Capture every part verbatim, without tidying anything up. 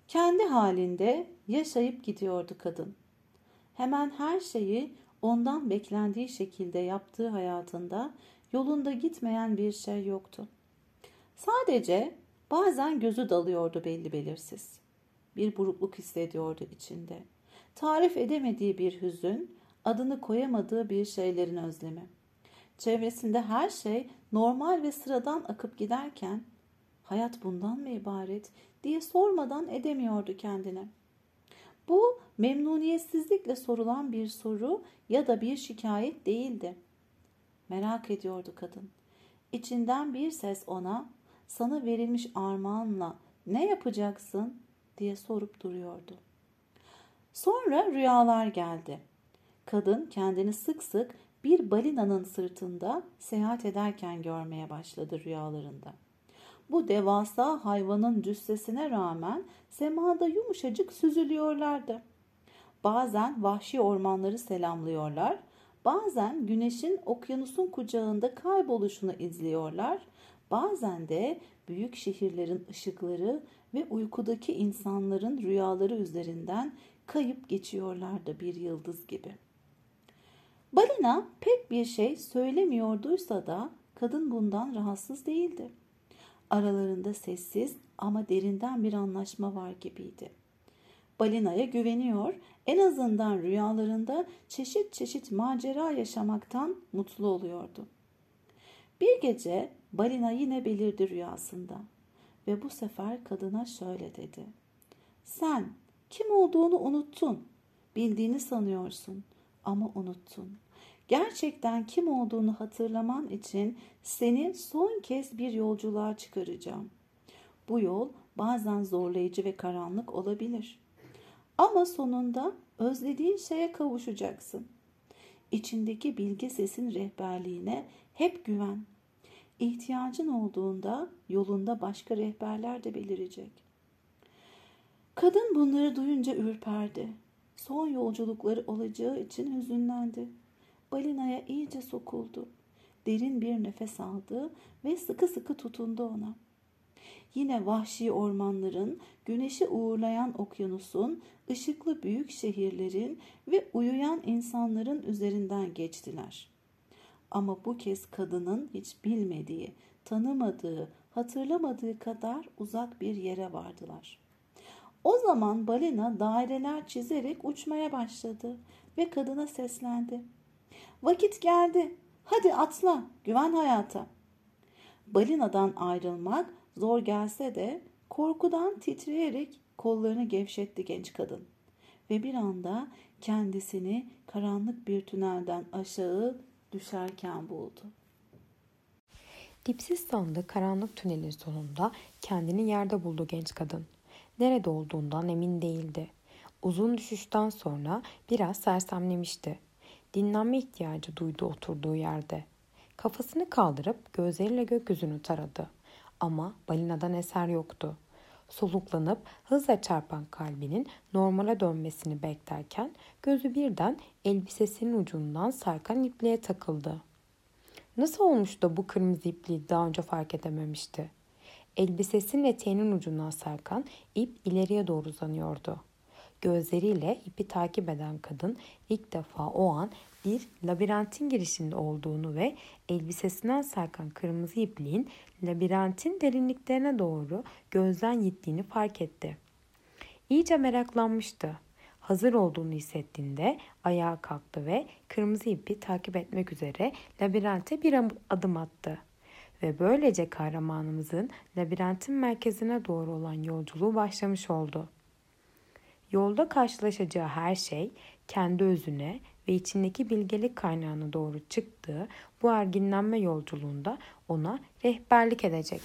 Kendi halinde yaşayıp gidiyordu kadın. Hemen her şeyi ondan beklendiği şekilde yaptığı hayatında yolunda gitmeyen bir şey yoktu. Sadece bazen gözü dalıyordu belli belirsiz. Bir burukluk hissediyordu içinde. Tarif edemediği bir hüzün, adını koyamadığı bir şeylerin özlemi. Çevresinde her şey normal ve sıradan akıp giderken hayat bundan mı ibaret diye sormadan edemiyordu kendine. Bu memnuniyetsizlikle sorulan bir soru ya da bir şikayet değildi. Merak ediyordu kadın. İçinden bir ses ona sana verilmiş armağanla ne yapacaksın diye sorup duruyordu. Sonra rüyalar geldi. Kadın kendini sık sık bir balinanın sırtında seyahat ederken görmeye başladı rüyalarında. Bu devasa hayvanın cüssesine rağmen semada yumuşacık süzülüyorlardı. Bazen vahşi ormanları selamlıyorlar, bazen güneşin okyanusun kucağında kayboluşunu izliyorlar, bazen de büyük şehirlerin ışıkları ve uykudaki insanların rüyaları üzerinden kayıp geçiyorlardı bir yıldız gibi. Balina pek bir şey söylemiyorduysa da kadın bundan rahatsız değildi. Aralarında sessiz ama derinden bir anlaşma var gibiydi. Balinaya güveniyor, en azından rüyalarında çeşit çeşit macera yaşamaktan mutlu oluyordu. Bir gece balina yine belirdi rüyasında ve bu sefer kadına şöyle dedi. Sen kim olduğunu unuttun, bildiğini sanıyorsun ama unuttun. Gerçekten kim olduğunu hatırlaman için seni son kez bir yolculuğa çıkaracağım. Bu yol bazen zorlayıcı ve karanlık olabilir. Ama sonunda özlediğin şeye kavuşacaksın. İçindeki bilge sesin rehberliğine hep güven. İhtiyacın olduğunda yolunda başka rehberler de belirecek. Kadın bunları duyunca ürperdi. Son yolculukları olacağı için hüzünlendi. Balinaya iyice sokuldu. Derin bir nefes aldı ve sıkı sıkı tutundu ona. Yine vahşi ormanların, güneşi uğurlayan okyanusun, ışıklı büyük şehirlerin ve uyuyan insanların üzerinden geçtiler. Ama bu kez kadının hiç bilmediği, tanımadığı, hatırlamadığı kadar uzak bir yere vardılar. O zaman balina daireler çizerek uçmaya başladı ve kadına seslendi. Vakit geldi. Hadi atla, güven hayata. Balinadan ayrılmak zor gelse de korkudan titreyerek kollarını gevşetti genç kadın. Ve bir anda kendisini karanlık bir tünelden aşağı düşerken buldu. Dipsiz sandığı karanlık tünelin sonunda kendini yerde buldu genç kadın. Nerede olduğundan emin değildi. Uzun düşüşten sonra biraz sersemlemişti. Dinlenme ihtiyacı duydu oturduğu yerde. Kafasını kaldırıp gözleriyle gökyüzünü taradı. Ama balinadan eser yoktu. Soluklanıp hızla çarpan kalbinin normale dönmesini beklerken gözü birden elbisesinin ucundan sarkan ipliğe takıldı. Nasıl olmuş da bu kırmızı ipliği daha önce fark edememişti? Elbisesinin eteğinin ucundan sarkan ip ileriye doğru uzanıyordu. Gözleriyle ipi takip eden kadın ilk defa o an bir labirentin girişinde olduğunu ve elbisesinden sarkan kırmızı ipliğin labirentin derinliklerine doğru gözden gittiğini fark etti. İyice meraklanmıştı. Hazır olduğunu hissettiğinde ayağa kalktı ve kırmızı ipi takip etmek üzere labirente bir adım attı. Ve böylece kahramanımızın labirentin merkezine doğru olan yolculuğu başlamış oldu. Yolda karşılaşacağı her şey kendi özüne ve içindeki bilgelik kaynağına doğru çıktığı bu erginlenme yolculuğunda ona rehberlik edecek.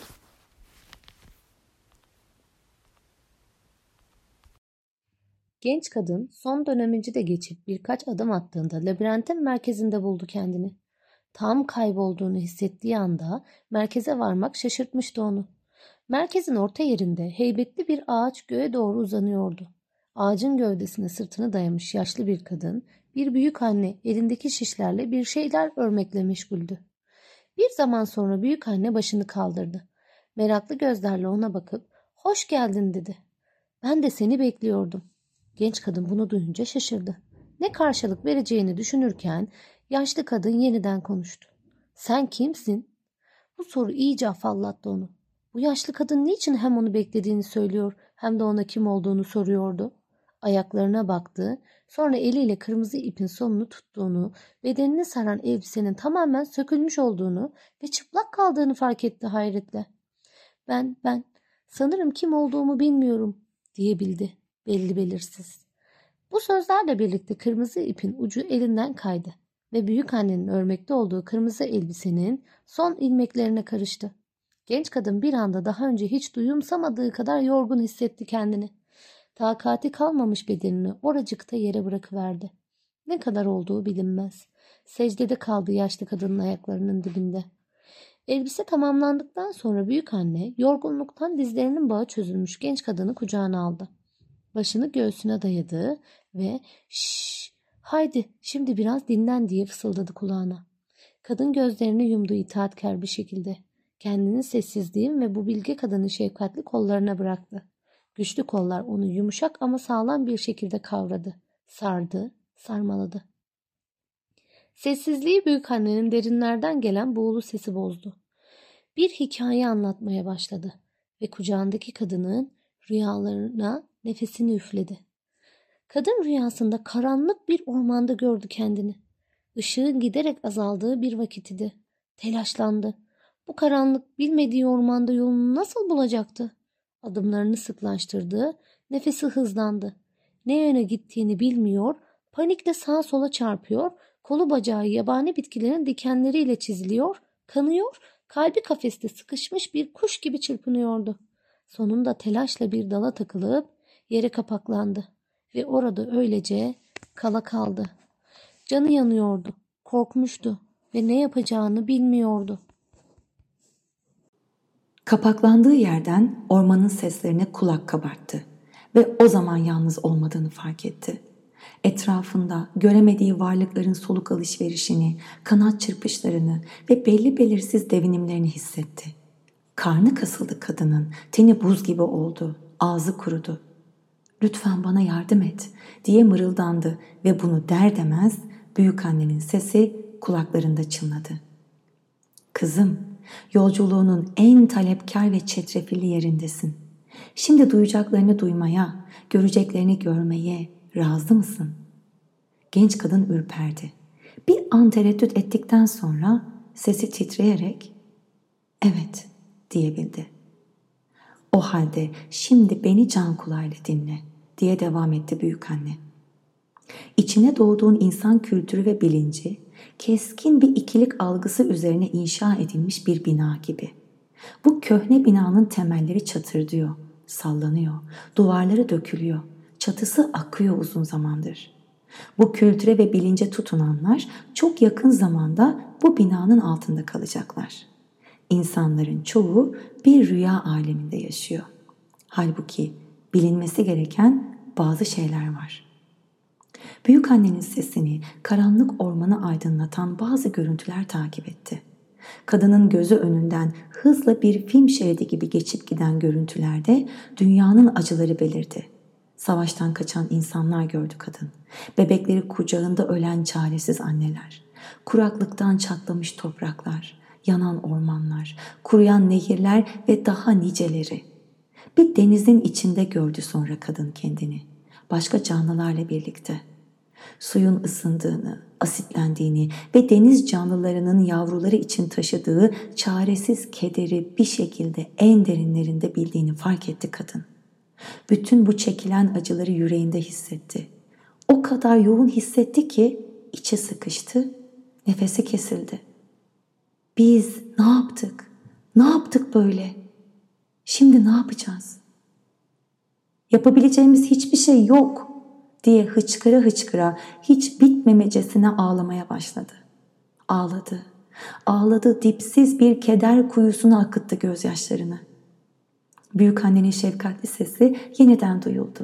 Genç kadın son dönemeci de geçip birkaç adım attığında labirentin merkezinde buldu kendini. Tam kaybolduğunu hissettiği anda merkeze varmak şaşırtmıştı onu. Merkezin orta yerinde heybetli bir ağaç göğe doğru uzanıyordu. Ağacın gövdesine sırtını dayamış yaşlı bir kadın, bir büyük anne elindeki şişlerle bir şeyler örmekle meşguldü. Bir zaman sonra büyük anne başını kaldırdı. Meraklı gözlerle ona bakıp "Hoş geldin" dedi. Ben de seni bekliyordum. Genç kadın bunu duyunca şaşırdı. Ne karşılık vereceğini düşünürken yaşlı kadın yeniden konuştu. Sen kimsin? Bu soru iyice afallattı onu. Bu yaşlı kadın niçin hem onu beklediğini söylüyor hem de ona kim olduğunu soruyordu? Ayaklarına baktı, sonra eliyle kırmızı ipin sonunu tuttuğunu, bedenini saran elbisenin tamamen sökülmüş olduğunu ve çıplak kaldığını fark etti hayretle. Ben, ben, sanırım kim olduğumu bilmiyorum diyebildi belli belirsiz. Bu sözlerle birlikte kırmızı ipin ucu elinden kaydı ve büyük annenin örmekte olduğu kırmızı elbisenin son ilmeklerine karıştı. Genç kadın bir anda daha önce hiç duyumsamadığı kadar yorgun hissetti kendini. Takati kalmamış bedenini oracıkta yere bırakıverdi. Ne kadar olduğu bilinmez. Secdede kaldı yaşlı kadının ayaklarının dibinde. Elbise tamamlandıktan sonra büyük anne yorgunluktan dizlerinin bağı çözülmüş genç kadını kucağına aldı. Başını göğsüne dayadı ve şşş haydi şimdi biraz dinlen diye fısıldadı kulağına. Kadın gözlerini yumdu itaatkar bir şekilde. Kendini sessizliğin ve bu bilge kadının şefkatli kollarına bıraktı. Güçlü kollar onu yumuşak ama sağlam bir şekilde kavradı, sardı, sarmaladı. Sessizliği büyükannenin derinlerden gelen buğulu sesi bozdu. Bir hikaye anlatmaya başladı ve kucağındaki kadının rüyalarına nefesini üfledi. Kadın rüyasında karanlık bir ormanda gördü kendini. Işığın giderek azaldığı bir vakit idi. Telaşlandı. Bu karanlık bilmediği ormanda yolunu nasıl bulacaktı? Adımlarını sıklaştırdı, nefesi hızlandı. Ne yöne gittiğini bilmiyor, panikle sağa sola çarpıyor, kolu bacağı yabani bitkilerin dikenleriyle çiziliyor, kanıyor, kalbi kafeste sıkışmış bir kuş gibi çırpınıyordu. Sonunda telaşla bir dala takılıp yere kapaklandı ve orada öylece kala kaldı. Canı yanıyordu, korkmuştu ve ne yapacağını bilmiyordu. Kapaklandığı yerden ormanın seslerine kulak kabarttı ve o zaman yalnız olmadığını fark etti. Etrafında göremediği varlıkların soluk alışverişini, kanat çırpışlarını ve belli belirsiz devinimlerini hissetti. Karnı kasıldı kadının, teni buz gibi oldu, ağzı kurudu. "Lütfen bana yardım et," diye mırıldandı ve bunu der demez büyükannenin sesi kulaklarında çınladı. "Kızım, yolculuğunun en talepkar ve çetrefilli yerindesin. Şimdi duyacaklarını duymaya, göreceklerini görmeye razı mısın?" Genç kadın ürperdi. Bir an tereddüt ettikten sonra sesi titreyerek "Evet," diyebildi. "O halde şimdi beni can kulağıyla dinle," diye devam etti büyükanne. "İçine doğduğun insan kültürü ve bilinci, keskin bir ikilik algısı üzerine inşa edilmiş bir bina gibi. Bu köhne binanın temelleri çatırdıyor, sallanıyor, duvarları dökülüyor, çatısı akıyor uzun zamandır. Bu kültüre ve bilince tutunanlar çok yakın zamanda bu binanın altında kalacaklar. İnsanların çoğu bir rüya aleminde yaşıyor. Halbuki bilinmesi gereken bazı şeyler var." Büyükannenin sesini karanlık ormanı aydınlatan bazı görüntüler takip etti. Kadının gözü önünden hızla bir film şeridi gibi geçip giden görüntülerde dünyanın acıları belirdi. Savaştan kaçan insanlar gördü kadın. Bebekleri kucağında ölen çaresiz anneler. Kuraklıktan çatlamış topraklar, yanan ormanlar, kuruyan nehirler ve daha niceleri. Bir denizin içinde gördü sonra kadın kendini, başka canlılarla birlikte. Suyun ısındığını, asitlendiğini ve deniz canlılarının yavruları için taşıdığı çaresiz kederi bir şekilde en derinlerinde bildiğini fark etti kadın. Bütün bu çekilen acıları yüreğinde hissetti. O kadar yoğun hissetti ki içi sıkıştı, nefesi kesildi. "Biz ne yaptık? Ne yaptık böyle? Şimdi ne yapacağız? Yapabileceğimiz hiçbir şey yok," diye hıçkıra hıçkıra hiç bitmemecesine ağlamaya başladı. Ağladı, ağladı, dipsiz bir keder kuyusuna akıttı gözyaşlarını. Büyükannenin şefkatli sesi yeniden duyuldu.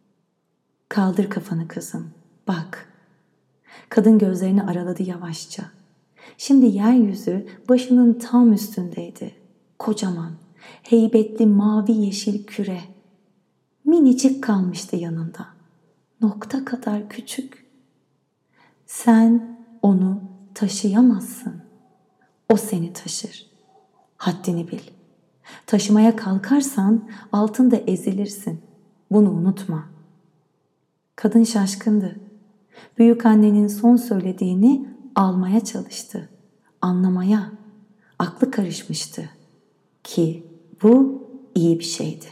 "Kaldır kafanı kızım, bak." Kadın gözlerini araladı yavaşça. Şimdi yeryüzü başının tam üstündeydi. Kocaman, heybetli mavi yeşil küre. minicik kalmıştı yanında. Nokta kadar küçük. Sen onu taşıyamazsın. O seni taşır. Haddini bil. Taşımaya kalkarsan altında ezilirsin. Bunu unutma. Kadın şaşkındı. Büyük annenin son söylediğini almaya çalıştı. Anlamaya. Aklı karışmıştı. Ki bu iyi bir şeydi.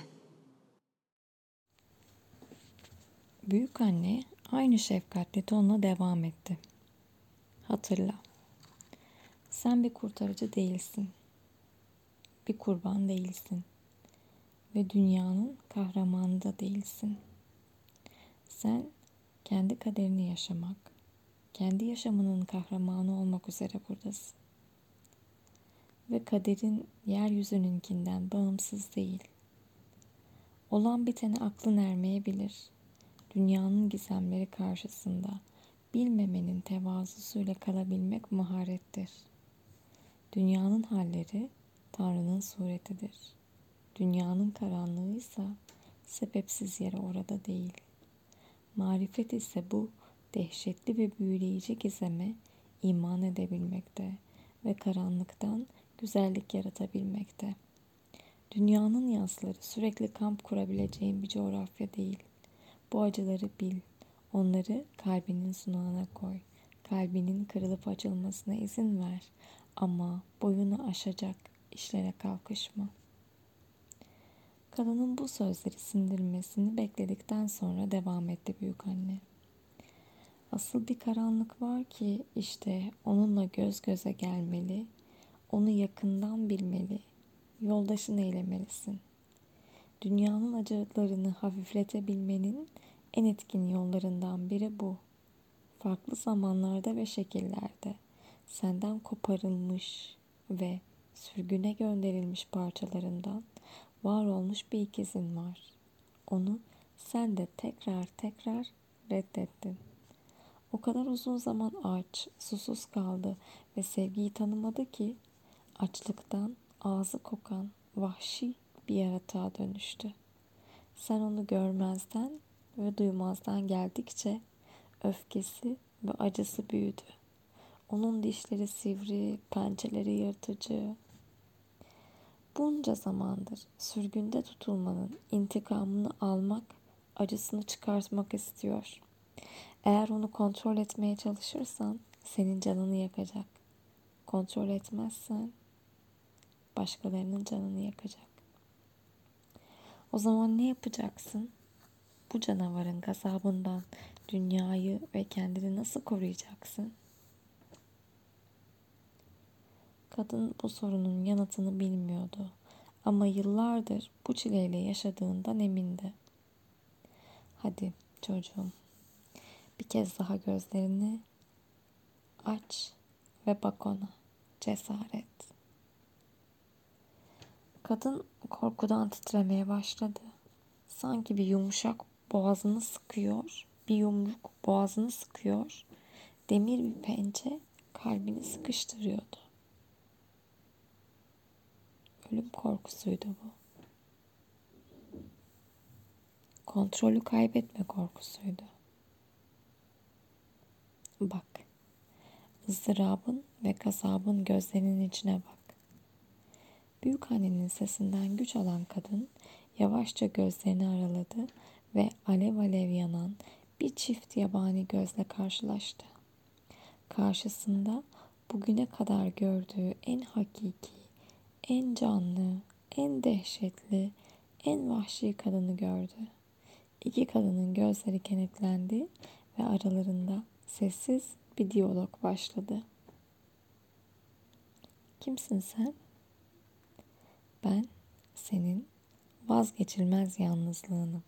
Büyük anne aynı şefkatli tonla devam etti. Hatırla. Sen bir kurtarıcı değilsin. Bir kurban değilsin. Ve dünyanın kahramanı da değilsin. Sen kendi kaderini yaşamak, kendi yaşamının kahramanı olmak üzere buradasın. Ve kaderin yeryüzününkinden bağımsız değil. Olan bitene aklın ermeyebilir. Dünyanın gizemleri karşısında bilmemenin tevazusuyla kalabilmek maharettir. Dünyanın halleri Tanrı'nın suretidir. Dünyanın karanlığı ise sebepsiz yere orada değil. Marifet ise bu dehşetli ve büyüleyici gizeme iman edebilmekte ve karanlıktan güzellik yaratabilmekte. Dünyanın yasları sürekli kamp kurabileceğin bir coğrafya değil. Bu acıları bil, onları kalbinin sunağına koy. Kalbinin kırılıp açılmasına izin ver ama boyunu aşacak işlere kalkışma. Kadının bu sözleri sindirmesini bekledikten sonra devam etti büyük anne. Asıl bir karanlık var ki işte onunla göz göze gelmeli, onu yakından bilmeli, yoldaşın eylemelisin. Dünyanın acılarını hafifletebilmenin en etkin yollarından biri bu. Farklı zamanlarda ve şekillerde senden koparılmış ve sürgüne gönderilmiş parçalarından var olmuş bir ikizin var. Onu sen de tekrar tekrar reddettin. O kadar uzun zaman aç, susuz kaldı ve sevgiyi tanımadı ki açlıktan ağzı kokan vahşi bir yaratığa dönüştü. Sen onu görmezden ve duymazdan geldikçe öfkesi ve acısı büyüdü. Onun dişleri sivri, pençeleri yırtıcı. Bunca zamandır sürgünde tutulmanın intikamını almak, acısını çıkartmak istiyor. Eğer onu kontrol etmeye çalışırsan senin canını yakacak. Kontrol etmezsen başkalarının canını yakacak. O zaman ne yapacaksın? Bu canavarın gazabından dünyayı ve kendini nasıl koruyacaksın? Kadın bu sorunun yanıtını bilmiyordu ama yıllardır bu çileyle yaşadığından emindi. Hadi çocuğum, bir kez daha gözlerini aç ve bak ona, cesaret. Kadın korkudan titremeye başladı. Sanki bir yumuşak boğazını sıkıyor, bir yumruk boğazını sıkıyor, demir bir pençe kalbini sıkıştırıyordu. Ölüm korkusuydu bu. Kontrolü kaybetme korkusuydu. Bak, ızdırabın ve gazabın gözlerinin içine bak. Büyükannenin sesinden güç alan kadın yavaşça gözlerini araladı ve alev alev yanan bir çift yabani gözle karşılaştı. Karşısında bugüne kadar gördüğü en hakiki, en canlı, en dehşetli, en vahşi kadını gördü. İki kadının gözleri kenetlendi ve aralarında sessiz bir diyalog başladı. Kimsin sen? Ben senin vazgeçilmez yalnızlığınım.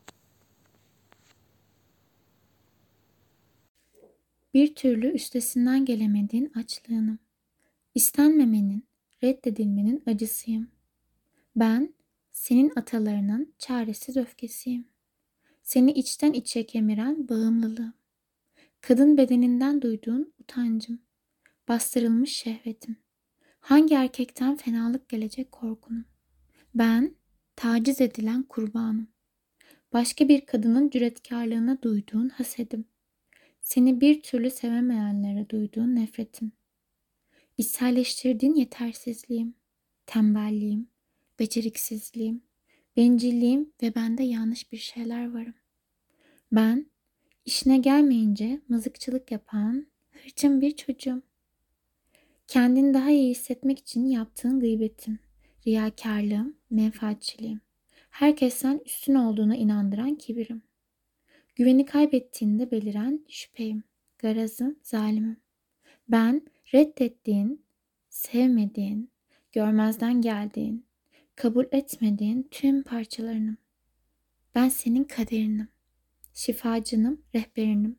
Bir türlü üstesinden gelemediğin açlığınım. İstenmemenin, reddedilmenin acısıyım. Ben senin atalarının çaresiz öfkesiyim. Seni içten içe kemiren bağımlılığım. Kadın bedeninden duyduğun utancım. Bastırılmış şehvetim. Hangi erkekten fenalık gelecek korkunum. Ben taciz edilen kurbanım. Başka bir kadının cüretkarlığına duyduğun hasedim. Seni bir türlü sevemeyenlere duyduğun nefretim. İçselleştirdiğin yetersizliğim, tembelliğim, beceriksizliğim, bencilliğim ve bende yanlış bir şeyler varım. Ben, işine gelmeyince mızıkçılık yapan hırçın bir çocuğum. Kendini daha iyi hissetmek için yaptığın gıybetim, riyakarlığım, menfaatçiliğim. Herkesten üstün olduğuna inandıran kibirim. Güveni kaybettiğinde beliren şüpheyim, garazım, zalimim. Ben reddettiğin, sevmediğin, görmezden geldiğin, kabul etmediğin tüm parçalarınım. Ben senin kaderinim, şifacınım, rehberinim.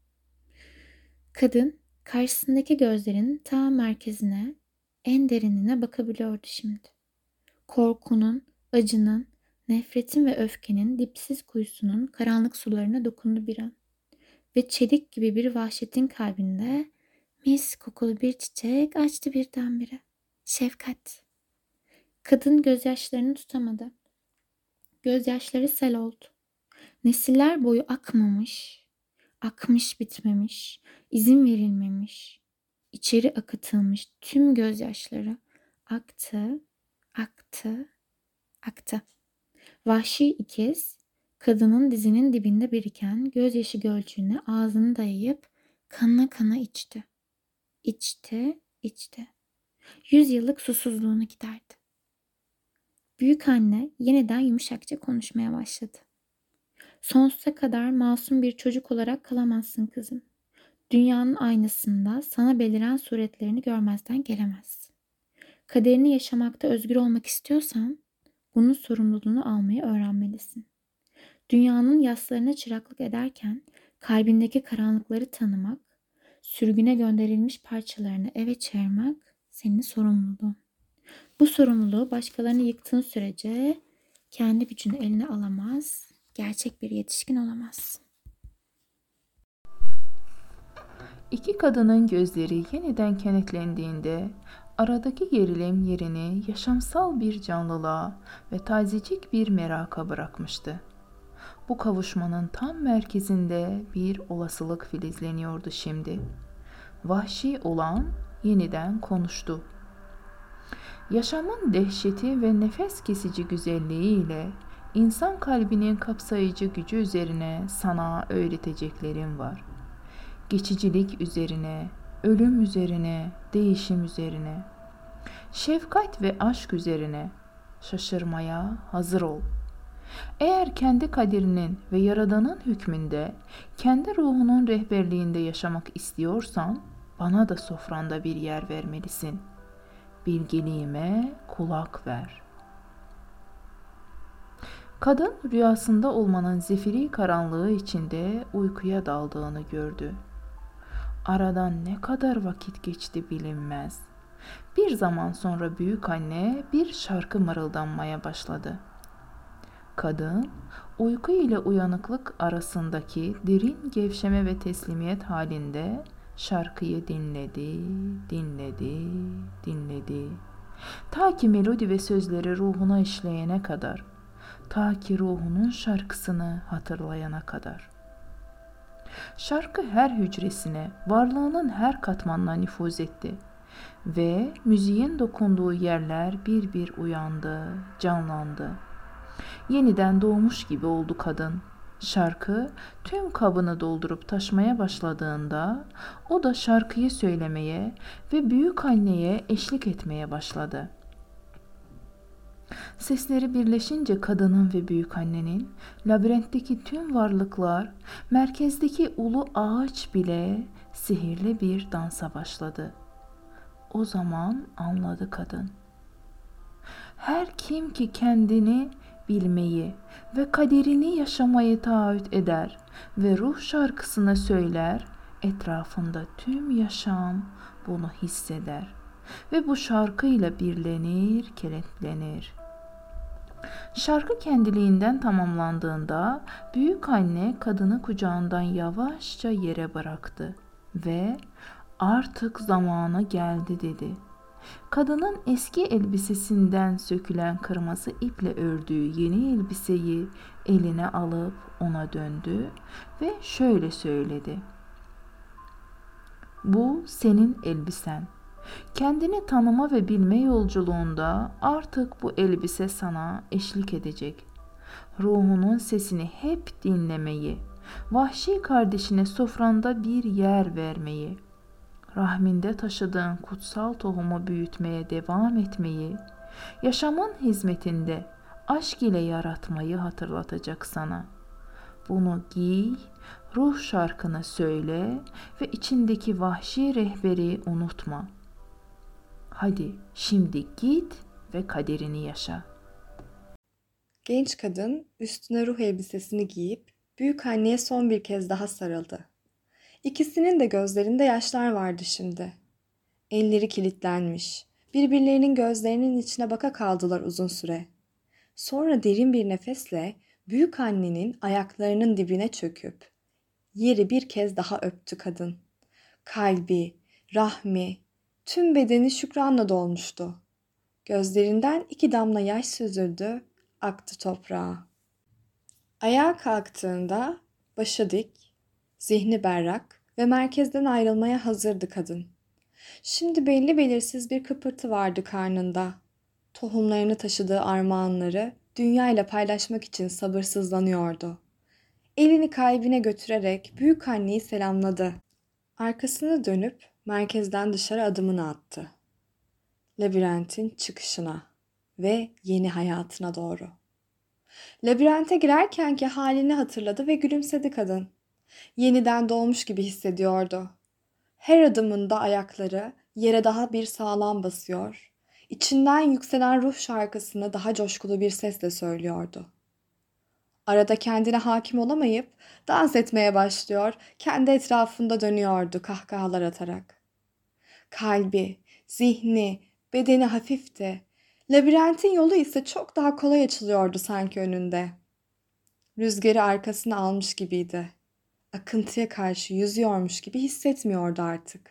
Kadın karşısındaki gözlerin ta merkezine, en derinine bakabiliyordu şimdi. Korkunun, acının, nefretin ve öfkenin dipsiz kuyusunun karanlık sularına dokundu bir an. Ve çelik gibi bir vahşetin kalbinde mis kokulu bir çiçek açtı birdenbire. Şefkat. Kadın gözyaşlarını tutamadı. Gözyaşları sel oldu. Nesiller boyu akmamış, akmış bitmemiş, izin verilmemiş, içeri akıtılmış tüm gözyaşları aktı, aktı, aktı. Vahşi ikiz, kadının dizinin dibinde biriken gözyaşı gölcüğüne ağzını dayayıp kana kana içti. İçti, içti. Yüz yıllık susuzluğunu giderdi. Büyük anne yeniden yumuşakça konuşmaya başladı. Sonsuza kadar masum bir çocuk olarak kalamazsın kızım. Dünyanın aynasında sana beliren suretlerini görmezden gelemezsin. Kaderini yaşamakta özgür olmak istiyorsan bunun sorumluluğunu almayı öğrenmelisin. Dünyanın yaslarına çıraklık ederken kalbindeki karanlıkları tanımak, sürgüne gönderilmiş parçalarını eve çağırmak senin sorumluluğun. Bu sorumluluğu başkalarını yıktığın sürece kendi gücünü eline alamaz, gerçek bir yetişkin olamazsın. İki kadının gözleri yeniden kenetlendiğinde aradaki gerilim yerini yaşamsal bir canlılığa ve tazecik bir meraka bırakmıştı. Bu kavuşmanın tam merkezinde bir olasılık filizleniyordu şimdi. Vahşi olan yeniden konuştu. Yaşamın dehşeti ve nefes kesici güzelliğiyle insan kalbinin kapsayıcı gücü üzerine sana öğreteceklerim var. Geçicilik üzerine, ölüm üzerine, değişim üzerine, şefkat ve aşk üzerine şaşırmaya hazır ol. Eğer kendi kaderinin ve Yaradan'ın hükmünde, kendi ruhunun rehberliğinde yaşamak istiyorsan, bana da sofranda bir yer vermelisin. Bilgeliğime kulak ver. Kadın rüyasında olmanın zifiri karanlığı içinde uykuya daldığını gördü. Aradan ne kadar vakit geçti bilinmez. Bir zaman sonra büyük anne bir şarkı mırıldanmaya başladı. Kadın, uyku ile uyanıklık arasındaki derin gevşeme ve teslimiyet halinde şarkıyı dinledi, dinledi, dinledi. Ta ki melodi ve sözleri ruhuna işleyene kadar, ta ki ruhunun şarkısını hatırlayana kadar. Şarkı her hücresine, varlığının her katmanına nüfuz etti ve müziğin dokunduğu yerler bir bir uyandı, canlandı. Yeniden doğmuş gibi oldu kadın. Şarkı tüm kabını doldurup taşmaya başladığında o da şarkıyı söylemeye ve büyük anneye eşlik etmeye başladı. Sesleri birleşince kadının ve büyük annenin, labirentteki tüm varlıklar, merkezdeki ulu ağaç bile sihirli bir dansa başladı. O zaman anladı kadın. Her kim ki kendini bilmeyi ve kaderini yaşamayı taahhüt eder ve ruh şarkısını söyler, etrafında tüm yaşam bunu hisseder ve bu şarkıyla birlenir, kenetlenir. Şarkı kendiliğinden tamamlandığında büyük anne kadını kucağından yavaşça yere bıraktı ve "Artık zamanı geldi" dedi. Kadının eski elbisesinden sökülen kırmızı iple ördüğü yeni elbiseyi Eline alıp ona döndü ve şöyle söyledi. Bu senin elbisen. Kendini tanıma ve bilme yolculuğunda artık bu elbise sana eşlik edecek. Ruhunun sesini hep dinlemeyi, vahşi kardeşine sofranda bir yer vermeyi, rahminde taşıdığın kutsal tohumu büyütmeye devam etmeyi, yaşamın hizmetinde aşk ile yaratmayı hatırlatacak sana. Bunu giy, ruh şarkını söyle ve içindeki vahşi rehberi unutma. Hadi şimdi git ve kaderini yaşa. Genç kadın üstüne ruh elbisesini giyip büyük anneye son bir kez daha sarıldı. İkisinin de gözlerinde yaşlar vardı şimdi. Elleri kilitlenmiş, birbirlerinin gözlerinin içine baka kaldılar uzun süre. Sonra derin bir nefesle büyük annenin ayaklarının dibine çöküp yeri bir kez daha öptü kadın. Kalbi, rahmi, tüm bedeni şükranla dolmuştu. Gözlerinden iki damla yaş süzüldü, aktı toprağa. Ayağa kalktığında başı dik, zihni berrak ve merkezden ayrılmaya hazırdı kadın. Şimdi belli belirsiz bir kıpırtı vardı karnında. Tohumlarını taşıdığı armağanları dünyayla paylaşmak için sabırsızlanıyordu. Elini kalbine götürerek büyük anneyi selamladı. Arkasını dönüp merkezden dışarı adımını attı. Labirentin çıkışına ve yeni hayatına doğru. Labirente girerkenki halini hatırladı ve gülümsedi kadın. Yeniden doğmuş gibi hissediyordu. Her adımında ayakları yere daha bir sağlam basıyor, içinden yükselen ruh şarkısını daha coşkulu bir sesle söylüyordu. Arada kendine hakim olamayıp dans etmeye başlıyor, kendi etrafında dönüyordu kahkahalar atarak. Kalbi, zihni, bedeni hafifti. Labirentin yolu ise çok daha kolay açılıyordu sanki önünde. Rüzgarı arkasına almış gibiydi. Akıntıya karşı yüzüyormuş gibi hissetmiyordu artık.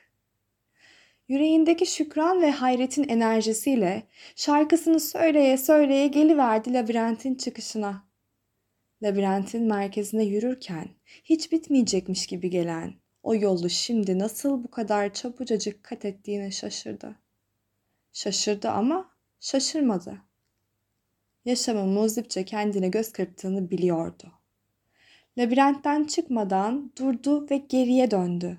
Yüreğindeki şükran ve hayretin enerjisiyle şarkısını söyleye söyleye geliverdi labirentin çıkışına. Labirentin merkezine yürürken hiç bitmeyecekmiş gibi gelen o yolu şimdi nasıl bu kadar çabucacık kat ettiğine şaşırdı. Şaşırdı ama şaşırmadı. Yaşamın muzipçe kendine göz kırptığını biliyordu. Labirentten çıkmadan durdu ve geriye döndü.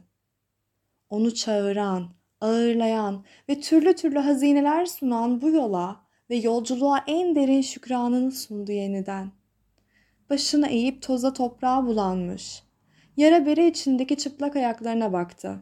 Onu çağıran, ağırlayan ve türlü türlü hazineler sunan bu yola ve yolculuğa en derin şükranını sundu yeniden. Başını eğip toza toprağa bulanmış, yara bere içindeki çıplak ayaklarına baktı.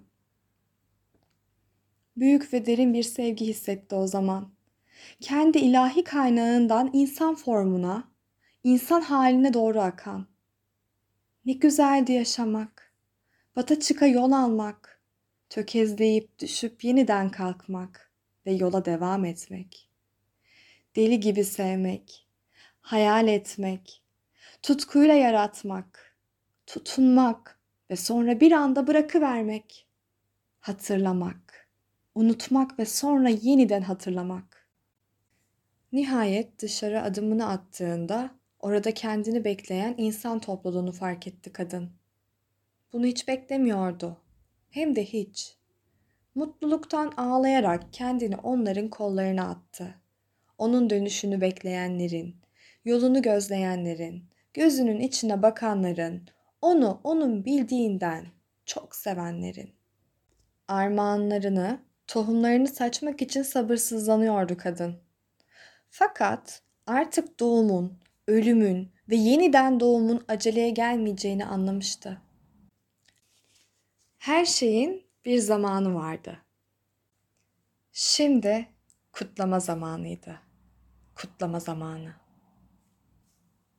Büyük ve derin bir sevgi hissetti o zaman. Kendi ilahi kaynağından insan formuna, insan haline doğru akan. Ne güzeldi yaşamak, bata çıka yol almak, tökezleyip düşüp yeniden kalkmak ve yola devam etmek. Deli gibi sevmek, hayal etmek, tutkuyla yaratmak, tutunmak ve sonra bir anda bırakıvermek. Hatırlamak, unutmak ve sonra yeniden hatırlamak. Nihayet dışarı adımını attığında orada kendini bekleyen insan topluluğunu fark etti kadın. Bunu hiç beklemiyordu. Hem de hiç. Mutluluktan ağlayarak kendini onların kollarına attı. Onun dönüşünü bekleyenlerin, yolunu gözleyenlerin, gözünün içine bakanların, onu onun bildiğinden çok sevenlerin. Armağanlarını, tohumlarını saçmak için sabırsızlanıyordu kadın. Fakat artık doğumun, ölümün ve yeniden doğumun aceleye gelmeyeceğini anlamıştı. Her şeyin bir zamanı vardı. Şimdi kutlama zamanıydı. Kutlama zamanı.